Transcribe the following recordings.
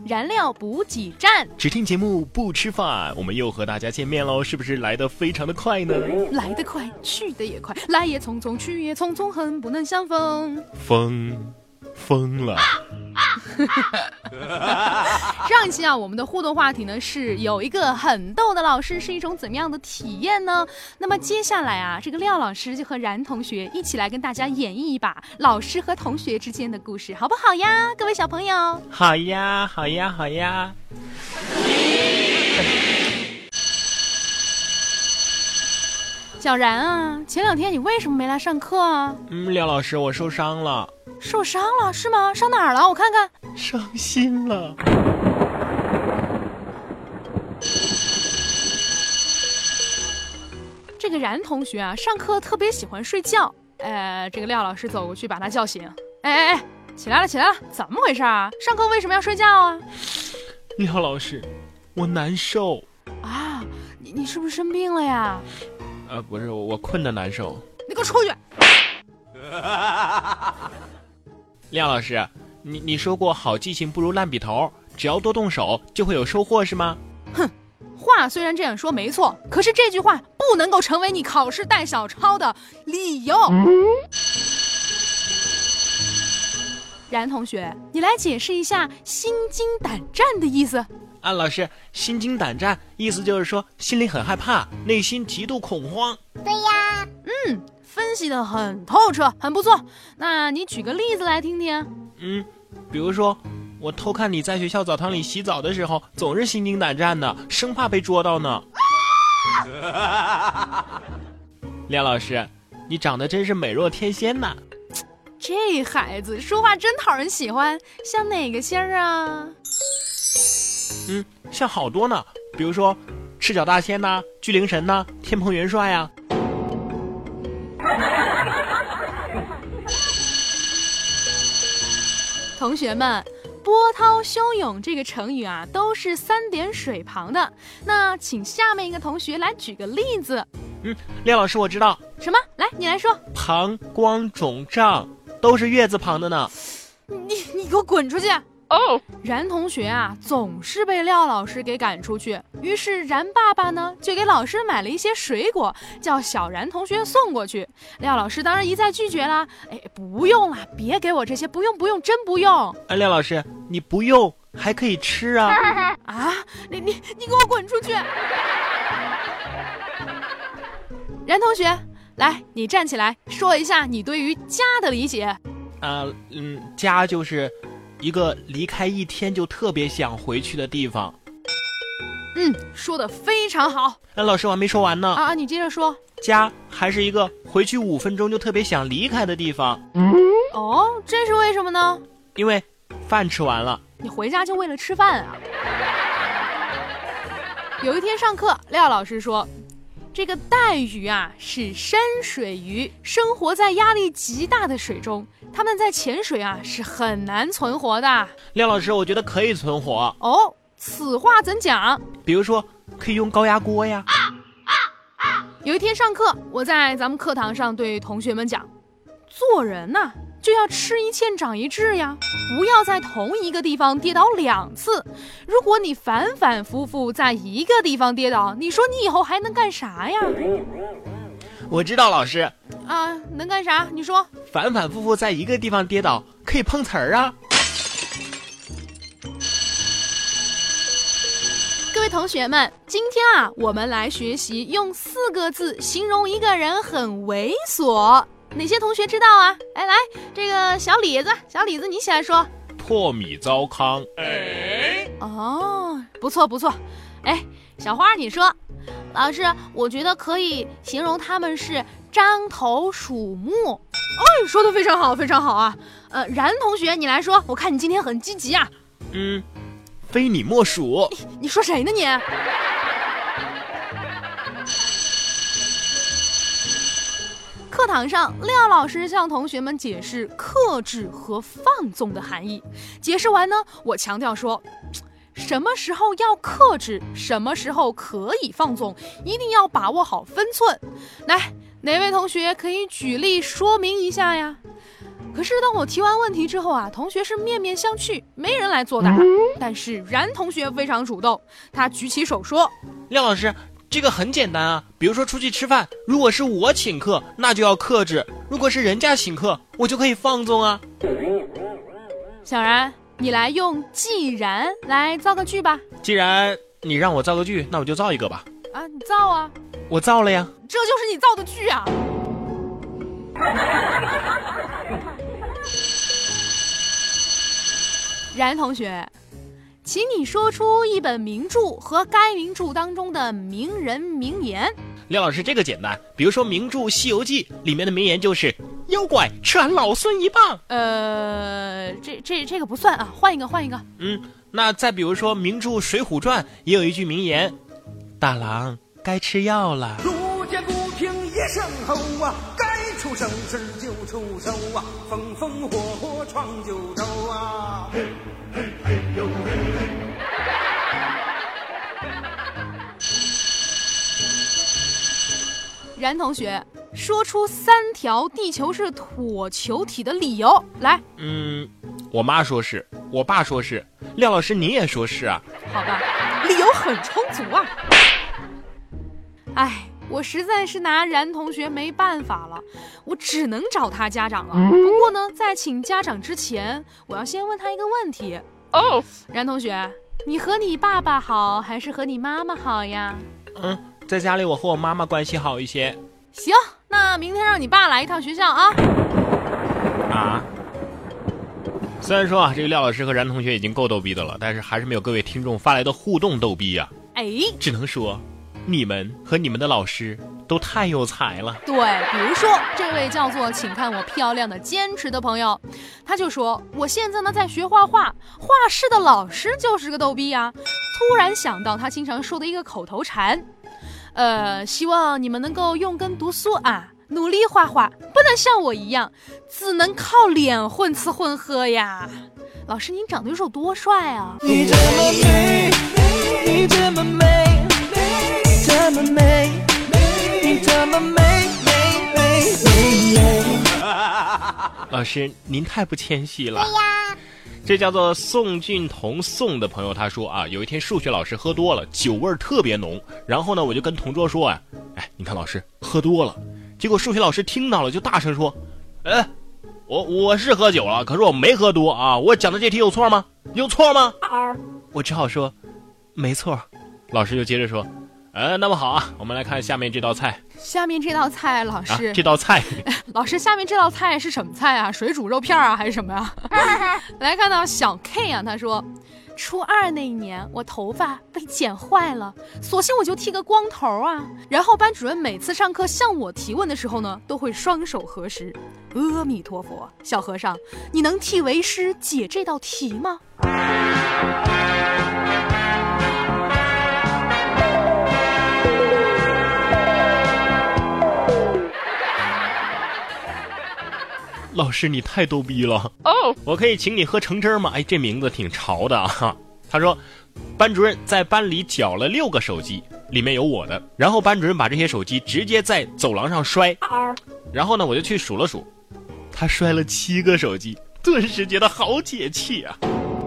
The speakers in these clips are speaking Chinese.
燃料补给站。 只听节目不吃饭，我们又和大家见面喽，是不是来得非常的快呢？ 来得快，去得也快，来也匆匆，去也匆匆，恨不能相逢。 疯了。 上一期我们的互动话题呢是有一个很逗的老师是一种怎么样的体验呢？那么接下来这个廖老师就和然同学一起来跟大家演绎一把老师和同学之间的故事，好不好呀，各位小朋友？ 好呀，好呀，好呀。 小然前2天你为什么没来上课啊？ 廖老师，我受伤了。 受伤了是吗？伤哪儿了？我看看。 伤心了。 这个然同学上课特别喜欢睡觉。这个廖老师走过去把他叫醒。起来了，怎么回事啊？上课为什么要睡觉啊？ 廖老师，我难受啊！你是不是生病了呀？ 不是，我困得难受。 你给我出去！ 廖老师，你说过好记性不如烂笔头，只要多动手就会有收获是吗？ 哼，话虽然这样说没错，可是这句话不能够成为你考试带小抄的理由。然同学，你来解释一下心惊胆战的意思。 老师，心惊胆战意思就是说心里很害怕，内心极度恐慌。 对呀。 分析得很透彻，很不错。那你举个例子来听听。 比如说我偷看你在学校澡堂里洗澡的时候，总是心惊胆战的，生怕被捉到呢。廖老师，你长得真是美若天仙呐。 这孩子说话真讨人喜欢，像哪个仙儿啊？ 像好多呢，比如说赤脚大仙呐、巨灵神呐、天蓬元帅呀。 同学们，波涛汹涌这个成语都是3点水旁的。那请下面一个同学来举个例子。 廖老师，我知道。 什么？来，你来说。 膀胱肿胀都是月字旁的呢。 你给我滚出去！然同学总是被廖老师给赶出去，于是然爸爸呢就给老师买了一些水果，叫小然同学送过去。廖老师当然一再拒绝啦。不用啦，别给我这些，不用，真不用。 廖老师，你不用还可以吃啊。 你给我滚出去！然同学，来，你站起来说一下你对于家的理解。 家就是一个离开1天就特别想回去的地方。 说得非常好。 老师，我还没说完呢。 你接着说。 家还是一个回去5分钟就特别想离开的地方。 这是为什么呢？ 因为饭吃完了。 你回家就为了吃饭啊？有一天上课，廖老师说，这个带鱼是深水鱼，生活在压力极大的水中，它们在潜水是很难存活的。 廖老师，我觉得可以存活。 此话怎讲？ 比如说可以用高压锅呀。 有一天上课，我在咱们课堂上对同学们讲，做人就要吃一堑长一智呀，不要在同一个地方跌倒2次。如果你反反复复在一个地方跌倒，你说你以后还能干啥呀？ 我知道，老师。 能干啥？你说。 反反复复在一个地方跌倒，可以碰瓷儿啊。 各位同学们，今天我们来学习用4个字形容一个人很猥琐。哪些同学知道啊？来，这个小李子你起来说。 破米糟糠。 不错。小花你说。老师，我觉得可以形容他们是獐头鼠目。说得非常好，非常好啊。然同学你来说，我看你今天很积极啊。 非你莫属。 你说谁呢你？课堂上，廖老师向同学们解释克制和放纵的含义。解释完呢，我强调说，什么时候要克制，什么时候可以放纵，一定要把握好分寸。来，哪位同学可以举例说明一下呀？ 可是当我提完问题之后啊，同学是面面相觑，没人来作答。但是然同学非常主动，他举起手说： 廖老师，这个很简单啊，比如说出去吃饭，如果是我请客，那就要克制；如果是人家请客，我就可以放纵啊。 小然，你来用既然来造个句吧。 既然你让我造个句，那我就造一个吧。 啊，你造啊。 我造了呀。 这就是你造的句啊。然同学，请你说出一本名著和该名著当中的名人名言。 廖老师，这个简单，比如说名著《西游记》里面的名言就是妖怪吃俺老孙一棒。 这个不算啊，换一个。 那再比如说名著《水浒传》也有一句名言，大郎该吃药了。路见不平一声吼啊，该出手时就出手啊，风风火火闯九州啊。 然同学，说出3条地球是椭球体的理由来。 我妈说是，我爸说是，廖老师你也说是啊。 好吧，理由很充足啊。哎，我实在是拿然同学没办法了，我只能找他家长了。不过呢，在请家长之前，我要先问他一个问题。然同学，你和你爸爸好还是和你妈妈好呀？ 在家里我和我妈妈关系好一些。 行，那明天让你爸来一趟学校啊。 虽然说这个廖老师和然同学已经够逗逼的了，但是还是没有各位听众发来的互动逗逼啊。只能说你们和你们的老师都太有才了。 对，比如说这位叫做请看我漂亮的坚持的朋友，他就说我现在呢在学画画，画室的老师就是个逗逼啊。突然想到他经常说的一个口头禅，希望你们能够用功读书啊，努力画画，不能像我一样只能靠脸混吃混喝呀。老师您长得有多帅啊。你这么美，你这么美，你这么美，你这么美。 老师您太不谦虚了。对呀。这叫做宋俊彤宋的朋友，他说啊，有一天数学老师喝多了，酒味特别浓，然后呢我就跟同桌说啊，你看老师喝多了。结果数学老师听到了就大声说，我是喝酒了，可是我没喝多啊，我讲的这题有错吗？有错吗？我只好说没错。老师就接着说，那么好啊，我们来看下面这道菜。 下面这道菜，老师， 这道菜老师，下面这道菜是什么菜啊？水煮肉片啊，还是什么呀？来看到小 K 啊，他说，初2那一年我头发被剪坏了，索性我就剃个光头啊。然后班主任每次上课向我提问的时候呢，都会双手合十，阿弥陀佛，小和尚，你能替为师解这道题吗？ 老师你太逗逼了。我可以请你喝橙汁吗？这名字挺潮的啊。他说班主任在班里缴了6个手机，里面有我的，然后班主任把这些手机直接在走廊上摔，然后呢我就去数了数，他摔了7个手机，顿时觉得好解气啊。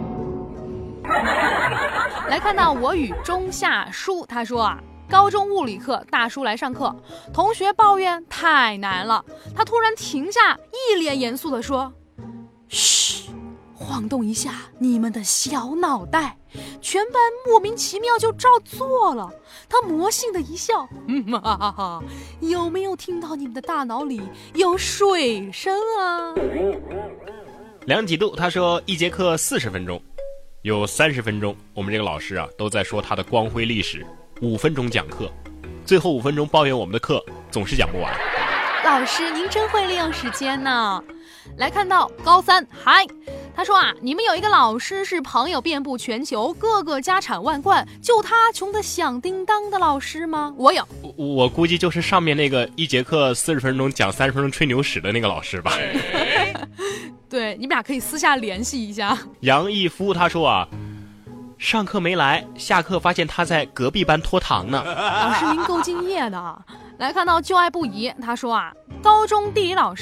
来看到我与中夏书，他说啊，高中物理课大叔来上课，同学抱怨太难了，他突然停下，一脸严肃地说，嘘，晃动一下你们的小脑袋。全班莫名其妙就照做了，他魔性的一笑，有没有听到你们的大脑里有水声啊？ 量几度，他说一节课40分钟，有30分钟我们这个老师啊都在说他的光辉历史，5分钟讲课，最后5分钟抱怨我们的课总是讲不完。 老师您真会利用时间呢。来看到高3嗨，他说啊，你们有一个老师是朋友遍布全球，个个家产万贯，就他穷得响叮当的老师吗？我有， 我估计就是上面那个一节课40分钟讲30分钟吹牛屎的那个老师吧。 对，你们俩可以私下联系一下。 杨义夫他说啊，上课没来，下课发现他在隔壁班拖堂呢。 老师您够敬业的。来看到就爱不疑，他说啊，高中地理老师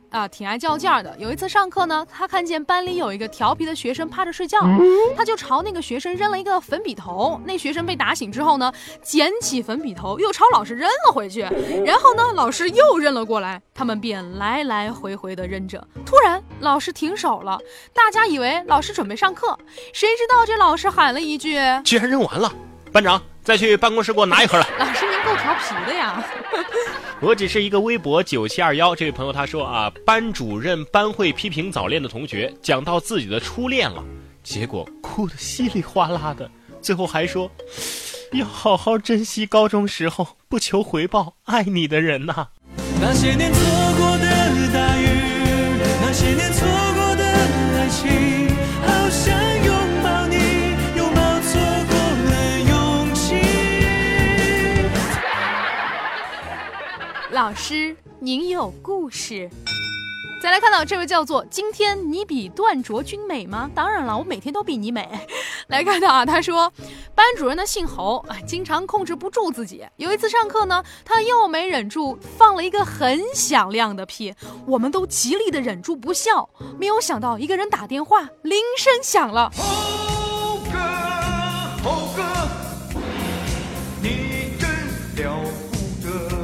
挺爱较劲儿的。有一次上课呢，他看见班里有一个调皮的学生趴着睡觉，他就朝那个学生扔了一个粉笔头。那学生被打醒之后呢，捡起粉笔头又朝老师扔了回去，然后呢，老师又扔了过来，他们便来来回回的扔着。突然老师停手了，大家以为老师准备上课，谁知道这老师喊了一句： 居然扔完了，班长再去办公室给我拿一盒来。 老师您够调皮的呀。 我只是一个微博9721，这位朋友他说啊，班主任班会批评早恋的同学，讲到自己的初恋了，结果哭得稀里哗啦的，最后还说要好好珍惜高中时候不求回报爱你的人呐。 那些年错过的大雨，那些年错过的爱情，好想拥抱你，拥抱错过了勇气。 老师您有故事。再来看到这位叫做今天你比段卓君美吗？当然了，我每天都比你美。来看到他说班主任呢姓侯，经常控制不住自己。有一次上课呢，他又没忍住放了一个很响亮的屁，我们都极力的忍住不笑。没有想到一个人打电话，铃声响了。 侯哥，你真了不得。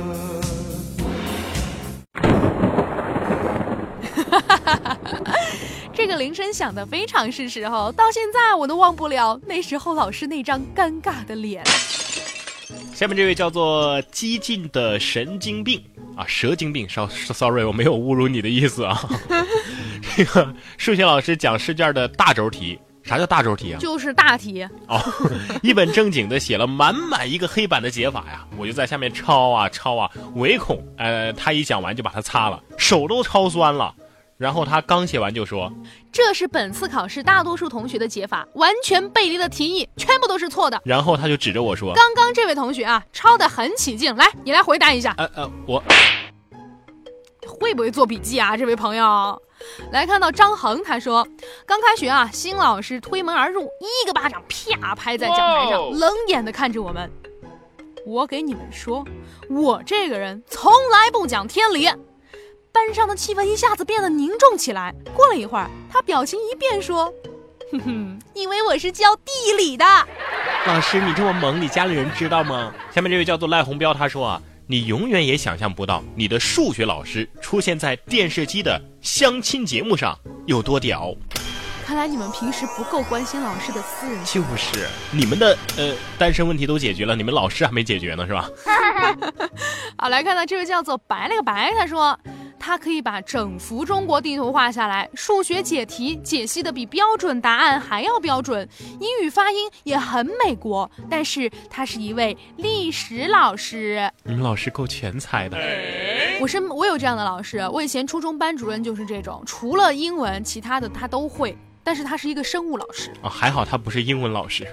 这个铃声响得非常是时候，到现在我都忘不了那时候老师那张尴尬的脸。 下面这位叫做激进的神经病啊，蛇精病，sorry， 我没有侮辱你的意思啊。这个数学老师讲试卷的大轴题，啥叫大轴题啊？ 就是大题哦，一本正经的写了满满一个黑板的解法呀，我就在下面抄啊，唯恐他一讲完就把它擦了，手都抄酸了。然后他刚写完就说， 这是本次考试大多数同学的解法，完全背离了题意，全部都是错的。 然后他就指着我说， 刚刚这位同学啊，抄得很起劲，来，你来回答一下。 我会不会做笔记啊，这位朋友？来看到张恒，他说刚开学啊，新老师推门而入，一个巴掌啪拍在讲台上，冷眼的看着我们。我给你们说，我这个人从来不讲天理。班上的气氛一下子变得凝重起来。过了一会儿，他表情一变说，哼哼，因为我是教地理的。 老师你这么萌，你家里人知道吗？下面这位叫做赖红标，他说啊，你永远也想象不到你的数学老师出现在电视机的相亲节目上有多屌。 看来你们平时不够关心老师的私人。 就是你们的单身问题都解决了，你们老师还没解决呢，是吧？ 好，来看到这位叫做白了个白，他说他可以把整幅中国地图画下来，数学解题解析的比标准答案还要标准，英语发音也很美国，但是他是一位历史老师。 你们老师够全才的。 我有这样的老师，我以前初中班主任就是这种，除了英文其他的他都会，但是他是一个生物老师。 还好他不是英文老师。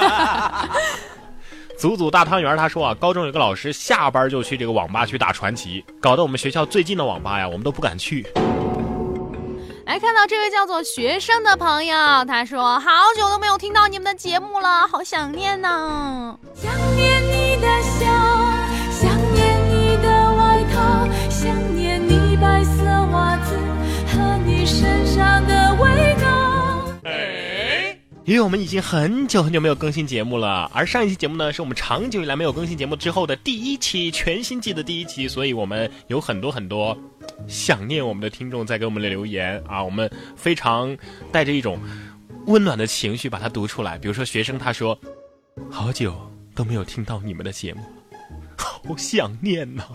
祖大汤圆他说啊，高中有个老师下班就去这个网吧去打传奇，搞得我们学校最近的网吧呀，我们都不敢去。 来看到这位叫做学生的朋友，他说好久都没有听到你们的节目了，好想念呢。 想念你的笑，想念你的外套，想念你白色袜子和你身上的味道。 因为我们已经很久没有更新节目了，而上一期节目呢是我们长久以来没有更新节目之后的第一期，全新季的第一期，所以我们有很多想念我们的听众在给我们留言啊，我们非常带着一种温暖的情绪把它读出来。比如说学生他说，好久都没有听到你们的节目，好想念呐。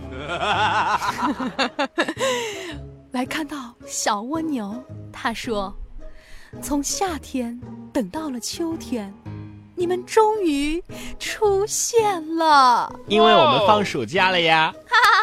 来看到小蜗牛，他说从夏天等到了秋天，你们终于出现了， 因为我们放暑假了呀。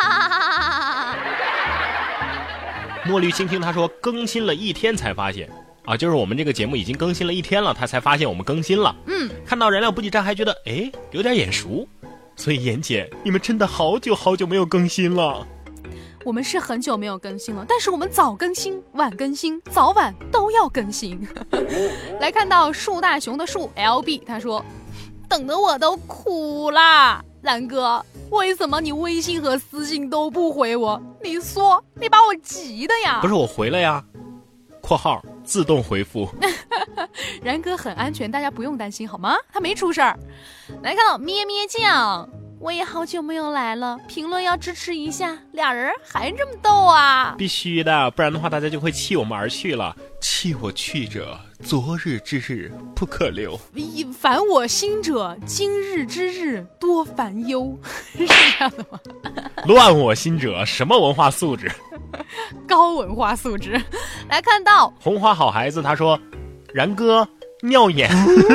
墨绿倾听他说更新了1天才发现啊，就是我们这个节目已经更新了1天了，他才发现我们更新了。看到燃料补给站还觉得有点眼熟，所以妍姐你们真的好久没有更新了。 我们是很久没有更新了，但是我们早更新晚更新早晚都要更新。来看到树大熊的树 LB， 他说等得我都哭啦，兰哥为什么你微信和私信都不回我？你说，你把我急的呀。 不是我回了呀，括号自动回复。 然哥很安全，大家不用担心好吗？他没出事儿。来看到咩咩酱，我也好久没有来了，评论要支持一下，俩人还这么逗啊！ 必须的，不然的话大家就会弃我们而去了。弃我去者，昨日之日不可留。 烦我心者，今日之日多烦忧。是这样的吗？ 乱我心者，什么文化素质？ 高文化素质。来看到红花好孩子，他说然哥尿眼。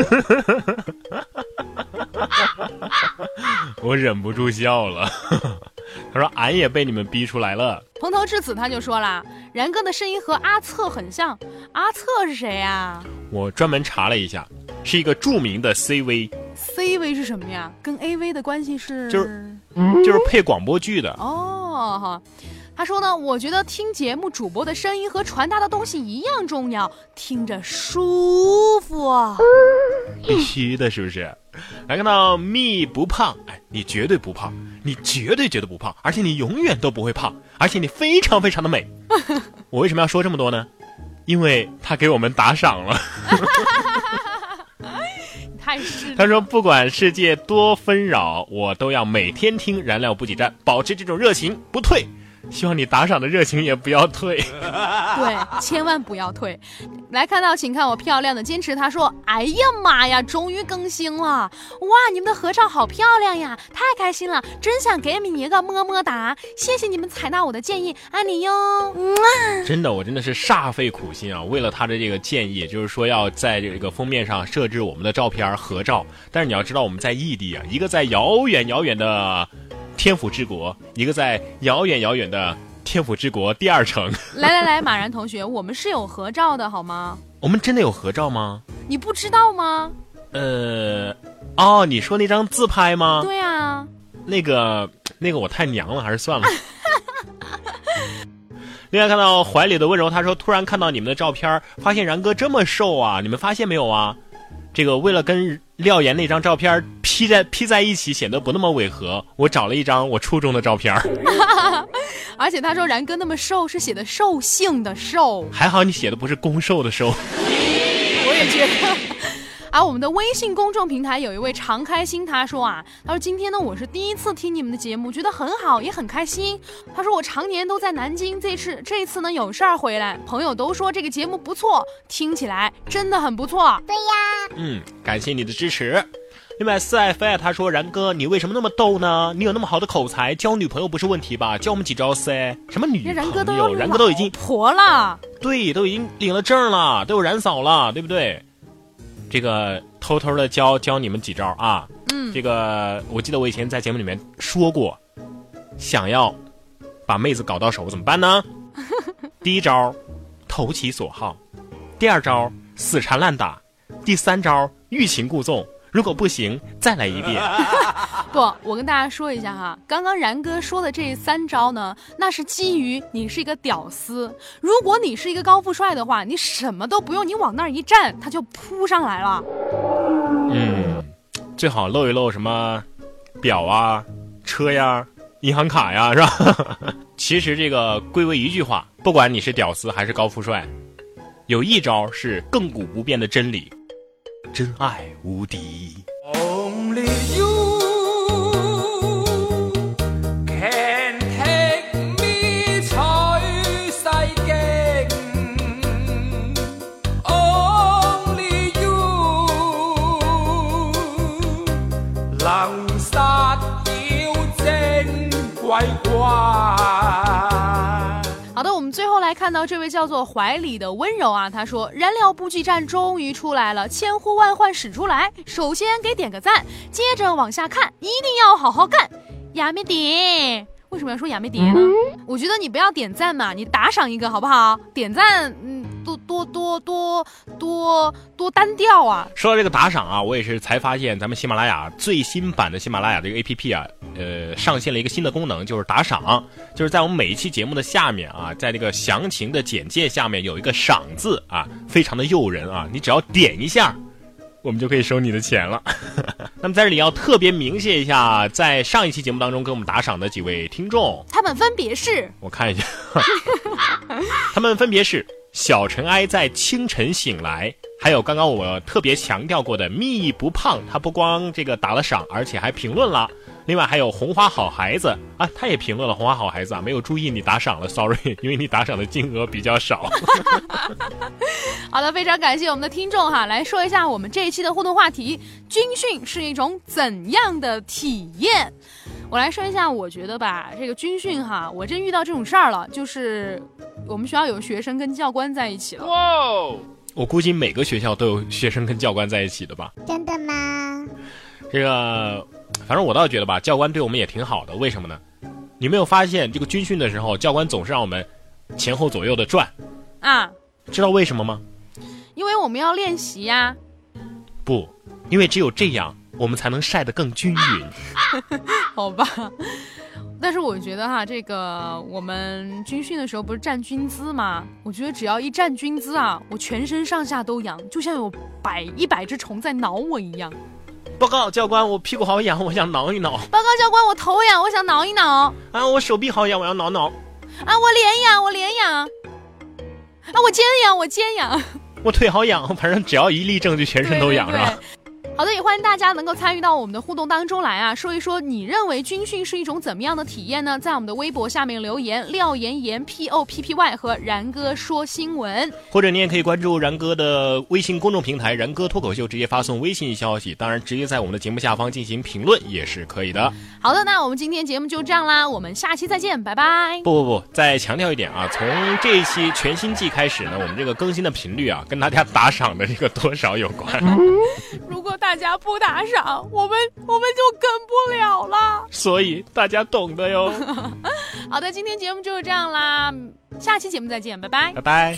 我忍不住笑了。他说俺也被你们逼出来了。 蓬头至此他就说啦，然哥的声音和阿策很像。阿策是谁呀？ 我专门查了一下，是一个著名的 CV。 CV 是什么呀？跟 AV 的关系是就是配广播剧的。 哦，他说呢，我觉得听节目主播的声音和传达的东西一样重要，听着舒服。 必须的，是不是？来看到蜜不胖，哎，你绝对不胖，你绝对不胖，而且你永远都不会胖，而且你非常非常的美。我为什么要说这么多呢？因为他给我们打赏了。 太是了。 他说不管世界多纷扰，我都要每天听燃料补给站，保持这种热情不退。希望你打赏的热情也不要退。 对，千万不要退。来看到请看我漂亮的坚持，他说哎呀妈呀，终于更新了，哇，你们的合照好漂亮呀，太开心了，真想给你们一个么么哒，谢谢你们采纳我的建议，爱你哟。 真的，我真的是煞费苦心啊，为了他的这个建议，就是说要在这个封面上设置我们的照片合照。但是你要知道我们在异地啊，一个在遥远遥远的天府之国，一个在遥远遥远的天府之国第二城。 来，马然同学，我们是有合照的好吗？ 我们真的有合照吗？ 你不知道吗？ 哦，你说那张自拍吗？ 对啊。 那个我太娘了，还是算了。另外看到怀里的温柔，他说突然看到你们的照片，发现然哥这么瘦啊，你们发现没有啊？这个为了跟廖岩那张照片P在一起显得不那么违和，我找了一张我初中的照片。 而且他说然哥那么瘦是写的兽性的兽， 还好你写的不是攻受的受。 我也觉得。而我们的微信公众平台有一位常开心，他说今天呢我是第一次听你们的节目，觉得很好也很开心。他说我常年都在南京，这一次呢有事儿回来，朋友都说这个节目不错，听起来真的很不错。 对呀， 感谢你的支持。另外4F 他说然哥你为什么那么逗呢？你有那么好的口才，交女朋友不是问题吧？教我们几招噻。什么女朋友？然哥都已经婆了， 对，都已经领了证了，都有然嫂了，对不对？这个偷偷的教你们几招啊。这个我记得我以前在节目里面说过，想要把妹子搞到手怎么办呢？第一招投其所好，第二招死缠烂打，第三招欲擒故纵，如果不行再来一遍。 不，我跟大家说一下哈，刚刚然哥说的这3招呢，那是基于你是一个屌丝。如果你是一个高富帅的话，你什么都不用，你往那儿一站，他就扑上来了。 最好露一露什么表啊、车呀、银行卡呀，是吧？其实这个归为一句话，不管你是屌丝还是高富帅，有一招是亘古不变的真理：真爱无敌。 Only you can take me 取世徑 Only you 能殺妖精鬼怪。 好的，我们最後來看到這位叫做懷裡的溫柔啊，他說燃料補給站終於出來了，千呼萬喚始出來，首先給點個讚，接着往下看，一定要好好幹。亞美蝶，為什麼要說亞美蝶呢？我覺得你不要點讚嘛，你打賞一個好不好？點讚多單調啊。 說到這個打賞啊，我也是才發現咱們喜馬拉雅最新版的喜馬拉雅這個 APP 啊，上線了一個新的功能，就是打賞，就是在我們每一期節目的下面啊，在這個詳情的簡介下面有一個賞字啊，非常的誘人啊，你只要點一下，我們就可以收你的錢了。 那么在这里要特别鸣谢一下，在上一期节目当中给我们打赏的几位听众， 他们分别是， 我看一下，他们分别是小尘埃在清晨醒来，还有刚刚我特别强调过的蜜不胖，他不光这个打了赏，而且还评论了。另外还有红花好孩子啊，他也评论了红花好孩子啊，没有注意你打赏了 ，sorry， 因为你打赏的金额比较少。 好的，非常感谢我们的听众哈，来说一下我们这一期的互动话题：军训是一种怎样的体验？我来说一下，我觉得吧，这个军训哈，我真遇到这种事儿了，就是我们学校有学生跟教官在一起了。 哇，我估计每个学校都有学生跟教官在一起的吧？ 真的吗？ 这个。反正我倒觉得吧，教官对我们也挺好的。为什么呢？你没有发现这个军训的时候，教官总是让我们前后左右的转啊？ 知道为什么吗？ 因为我们要练习呀。 不，因为只有这样，我们才能晒得更均匀。 好吧。但是我觉得哈，这个我们军训的时候不是站军姿吗？我觉得只要一站军姿啊，我全身上下都痒，就像有100只虫在挠我一样。 报告教官，我屁股好痒，我想挠一挠。 报告教官，我头痒，我想挠一挠。 啊，我手臂好痒，我要挠挠。 啊，我脸痒，我脸痒。啊，我肩痒，我肩痒。 我腿好痒，反正只要一立正就全身都痒，是吧？ 好的，也欢迎大家能够参与到我们的互动当中来啊，说一说你认为军训是一种怎么样的体验呢？在我们的微博下面留言廖妍妍 POPPY 和然哥说新闻， 或者你也可以关注然哥的微信公众平台然哥脱口秀，直接发送微信消息，当然直接在我们的节目下方进行评论也是可以的。 好的，那我们今天节目就这样啦，我们下期再见，拜拜。 不，再强调一点啊，从这一期全新季开始呢，我们这个更新的频率啊，跟大家打赏的这个多少有关。 如果大家不打赏，我们就跟不了了， 所以大家懂的哟。 好的，今天节目就是这样啦，下期节目再见，拜拜， 拜拜。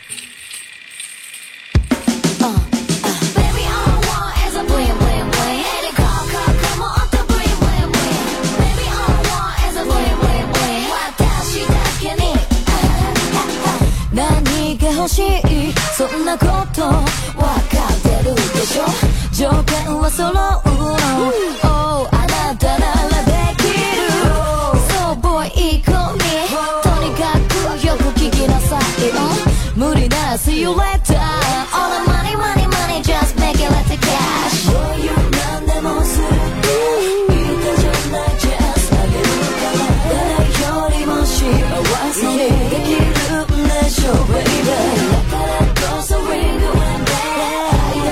何が欲しいそんなことわかってるでしょ条件は揃うOh あなたならできる So boy 行こうにとにかくよく聞きなさいよ無理なら See you later All the money money money just make it like the cash そういう何でもする言いたじゃない Just あげるから誰よりも幸せにできるSo baby, so ring around there.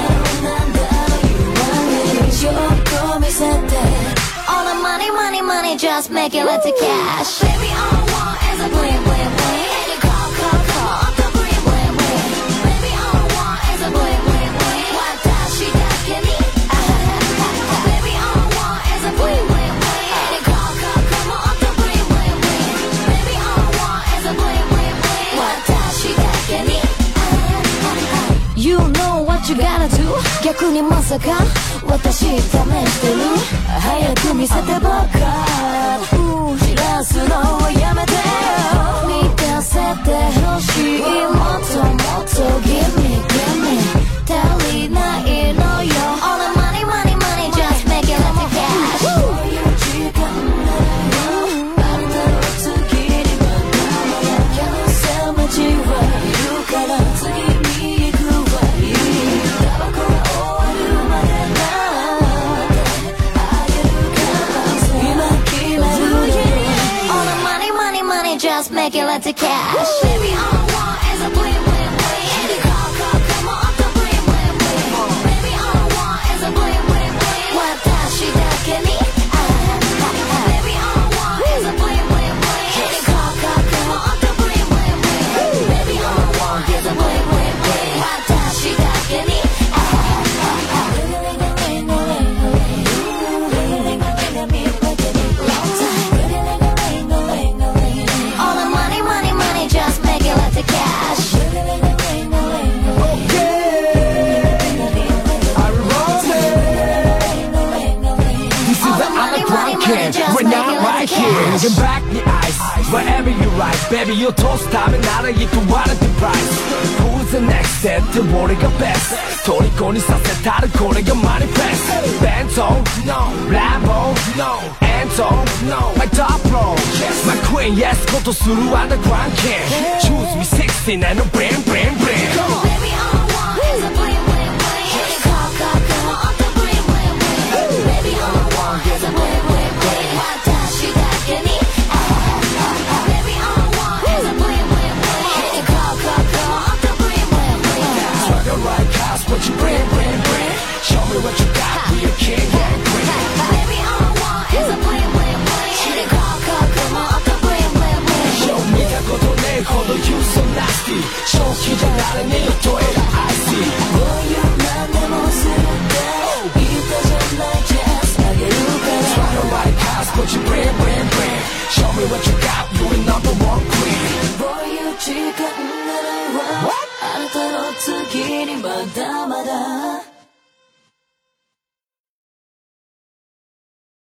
You want me, set all the money, money, money, just make it let the cash. Baby, all I want is a bling, bling, bling. And you call, up the bling, bling, bling. Baby, all I want is a bling, bling, bling. What does she got, give me? Baby, all I want is a bling, bling, bling. And you call, up the bling, bling, bling. Baby, all I want is a bling, bling, bling. What does she got, give me? You know what you gotta do 逆にまさか私試してる早く見せてばっか知らすのはやめてよ満たせてほしいもっともっと Give me, give me 足りないのよ All the money, money, money Just make it let the cash そういう時間ならよあんたの次にはキャンセル待ちはいるから次に行くわいいタバコが終わるまで待ってあげるから今決めるよ All the money, money, money Just make it let the cash Baby, all I want is a bling, bling, bling And you come on up the bling, bling, bling Baby, all I want is a bling, bling, bling 私だけにBaby, all I want is a bling, bling, bling And you come on up the bling, bling, bling Baby, all I want is a bling, bling, bling 私だけにAll the money, money, money Just make it let the cash We're not right here Looking back the eyes Wherever you rise Baby you toast time and 나를 이끌어와는 the price Who's the next step 그 머리가 best 虜にさせたるこれがmanifest 弁当 no and don't no my top flow my queen yes ことする underground king choose me 16 and no bling bling bling Baby all I want is a bling bling bling Hit it call off the bling bling bling Baby all I want is a bling bling bling 私だけにBaby all I want is a bling bling bling Hit it call off the bling bling bling Swagger right cause what you bring bring bring Show me what you got be a king and queen Baby all I want is a bling bling bling Hit it call off the bling bling bling Show me 見たことねえほど you so nasty 正気じゃならねえよどえら I see こういう何でもするって言ったじゃない Just あげるから Swagger right cause what you bring bring bring Show me what you got you a number one queen こういう時間がないわあなたの次にまだ